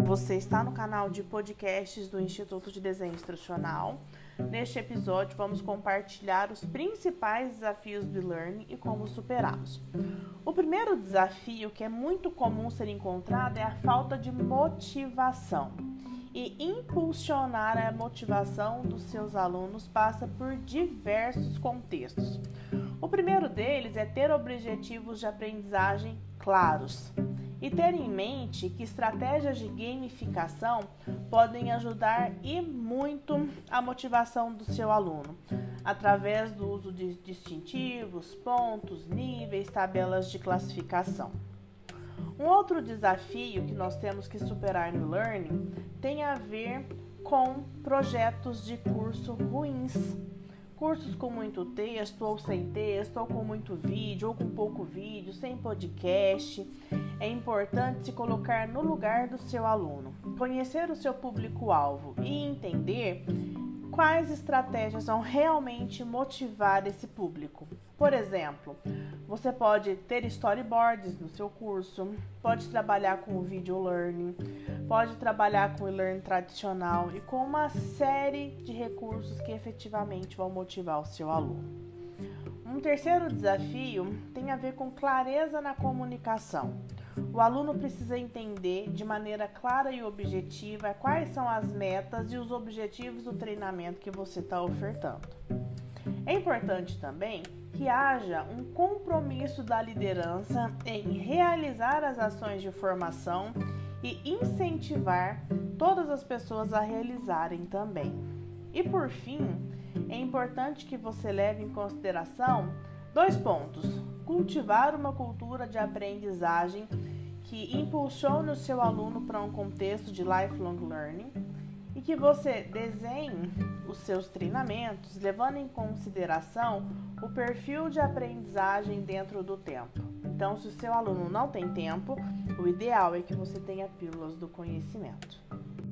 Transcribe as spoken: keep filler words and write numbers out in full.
Você está no canal de podcasts do Instituto de Desenho Instrucional. Neste episódio, vamos compartilhar os principais desafios do e-learning e como superá-los. O primeiro desafio, que é muito comum ser encontrado, é a falta de motivação. E impulsionar a motivação dos seus alunos passa por diversos contextos. O primeiro deles é ter objetivos de aprendizagem claros e ter em mente que estratégias de gamificação podem ajudar e muito a motivação do seu aluno, através do uso de distintivos, pontos, níveis, tabelas de classificação. Um outro desafio que nós temos que superar no learning tem a ver com projetos de curso ruins. Cursos com muito texto ou sem texto, ou com muito vídeo ou com pouco vídeo, sem podcast. É importante se colocar no lugar do seu aluno, conhecer o seu público-alvo e entender quais estratégias vão realmente motivar esse público. Por exemplo, você pode ter storyboards no seu curso, pode trabalhar com o video learning, pode trabalhar com o e-learning tradicional e com uma série de recursos que efetivamente vão motivar o seu aluno. Um terceiro desafio tem a ver com clareza na comunicação. O aluno precisa entender de maneira clara e objetiva quais são as metas e os objetivos do treinamento que você está ofertando. É importante também que haja um compromisso da liderança em realizar as ações de formação e incentivar todas as pessoas a realizarem também. E por fim, é importante que você leve em consideração dois pontos: cultivar uma cultura de aprendizagem que impulsione o seu aluno para um contexto de lifelong learning e que você desenhe os seus treinamentos levando em consideração o perfil de aprendizagem dentro do tempo. Então, se o seu aluno não tem tempo, o ideal é que você tenha pílulas do conhecimento.